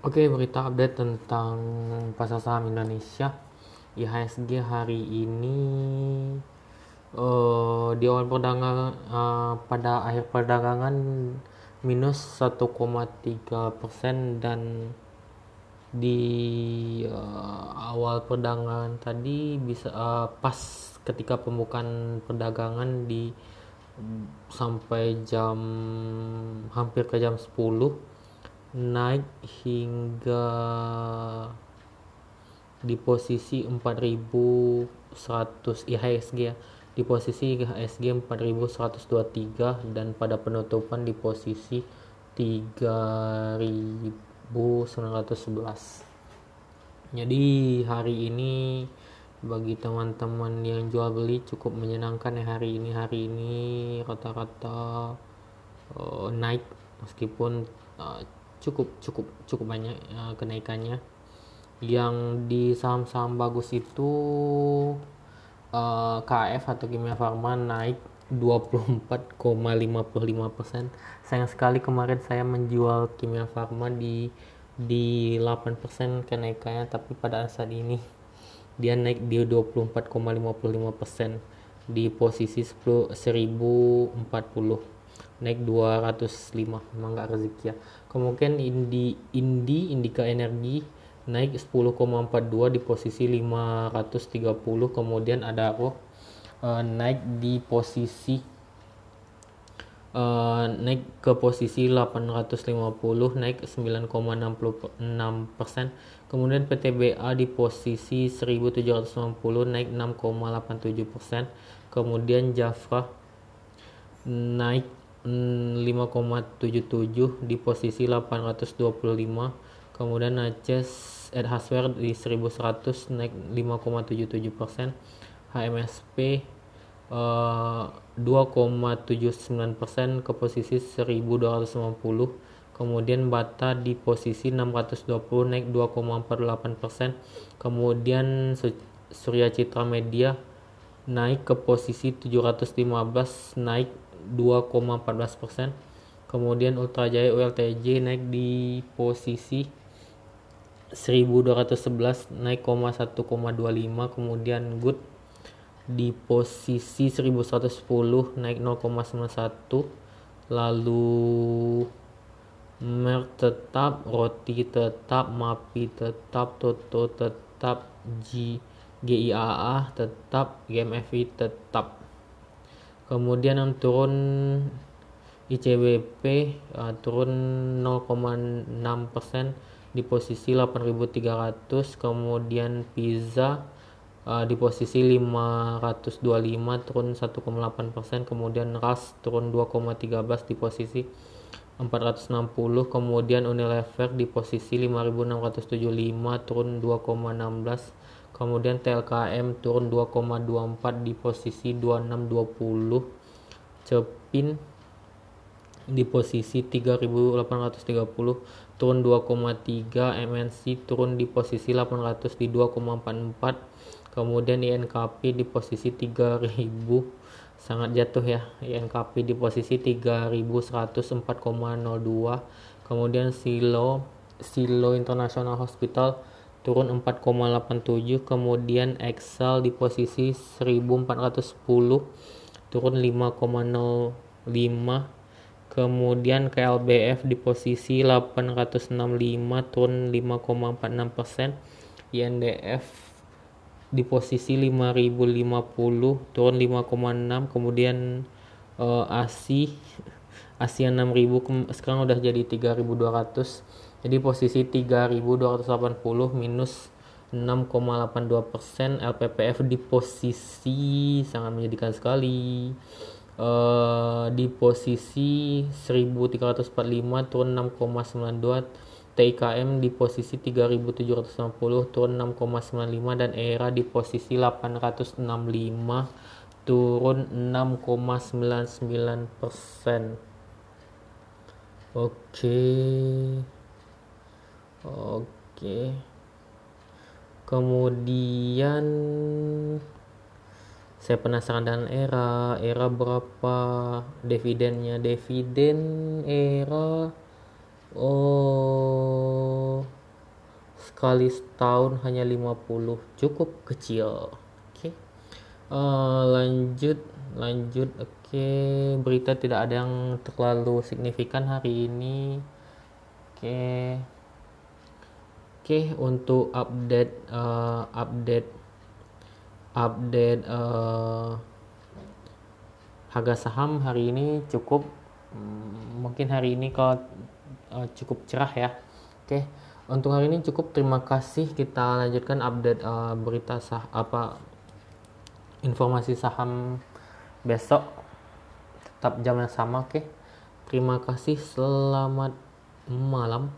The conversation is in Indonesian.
Oke, berita update tentang pasar saham Indonesia. IHSG hari ini di awal perdagangan pada akhir perdagangan minus 1,3% dan di awal perdagangan tadi bisa pas ketika pembukaan perdagangan di sampai jam hampir ke jam 10 naik hingga di posisi 4100 IHSG ya, di posisi IHSG 4123 dan pada penutupan di posisi 3911. Jadi hari ini bagi teman-teman yang jual beli cukup menyenangkan ya. Hari ini rata-rata naik meskipun cukup cukup cukup banyak kenaikannya. Yang di saham-saham bagus itu KF atau Kimia Farma naik 24,55%. Sayang sekali kemarin saya menjual Kimia Farma di 8% kenaikannya, tapi pada saat ini dia naik di 24,55% di posisi 1040, naik 205. Memang gak rezeki ya. Kemudian Indika Energi naik 10,42 di posisi 530. Kemudian Adaro naik di posisi naik ke posisi 850, naik 9,66%. Kemudian PTBA di posisi 1790, naik 6,87%. Kemudian Jafra naik 5,77 di posisi 825. Kemudian Aces Hardware di 1100 naik 5,77%. HMSP 2,79% ke posisi 1250. Kemudian Bata di posisi 620 naik 2,48%. Kemudian Surya Citra Media naik ke posisi 715 naik 2,14%. Kemudian Ultra Jaya ULTJ naik di posisi 1211 naik 1,25. Kemudian Good di posisi 1110 naik 0,91. Lalu Merk tetap, Roti tetap, Mapi tetap, Toto tetap, GIAA tetap, GMFI tetap. Kemudian yang turun ICBP turun 0,6% di posisi 8.300. Kemudian Pizza di posisi 525 turun 1,8%. Kemudian RAS turun 2,13 di posisi 460. Kemudian Unilever di posisi 5.675 turun 2,16. Kemudian TLKM turun 2,24 di posisi 2620. Cepin di posisi 3.830 turun 2,3. MNC turun di posisi 800 di 2,44. Kemudian INKP di posisi 3000, sangat jatuh ya. INKP di posisi 3104,02. Kemudian Silo International Hospital turun 4,87. Kemudian Excel di posisi 1410 turun 5,05. Kemudian KLBF di posisi 865 turun 5,46%. INDF di posisi 5050 turun 5,6. Kemudian Asia 6000 sekarang udah jadi 3200. Jadi posisi 3280 minus 6,82%. LPPF di posisi sangat menyedihkan sekali, di posisi 1345 turun 6,92. TIKM di posisi 3760 turun 6,95 dan ERA di posisi 865 turun 6,99%. Oke. Kemudian saya penasaran dengan ERA berapa dividennya. Dividen ERA kali setahun hanya 50, cukup kecil. Oke. Lanjut. Oke, berita tidak ada yang terlalu signifikan hari ini. Oke. Untuk update harga saham hari ini cukup, mungkin hari ini kalau cukup cerah ya. Oke, untuk hari ini cukup. Terima kasih. Kita lanjutkan update berita informasi saham besok, tetap jam yang sama. Oke, terima kasih. Selamat malam.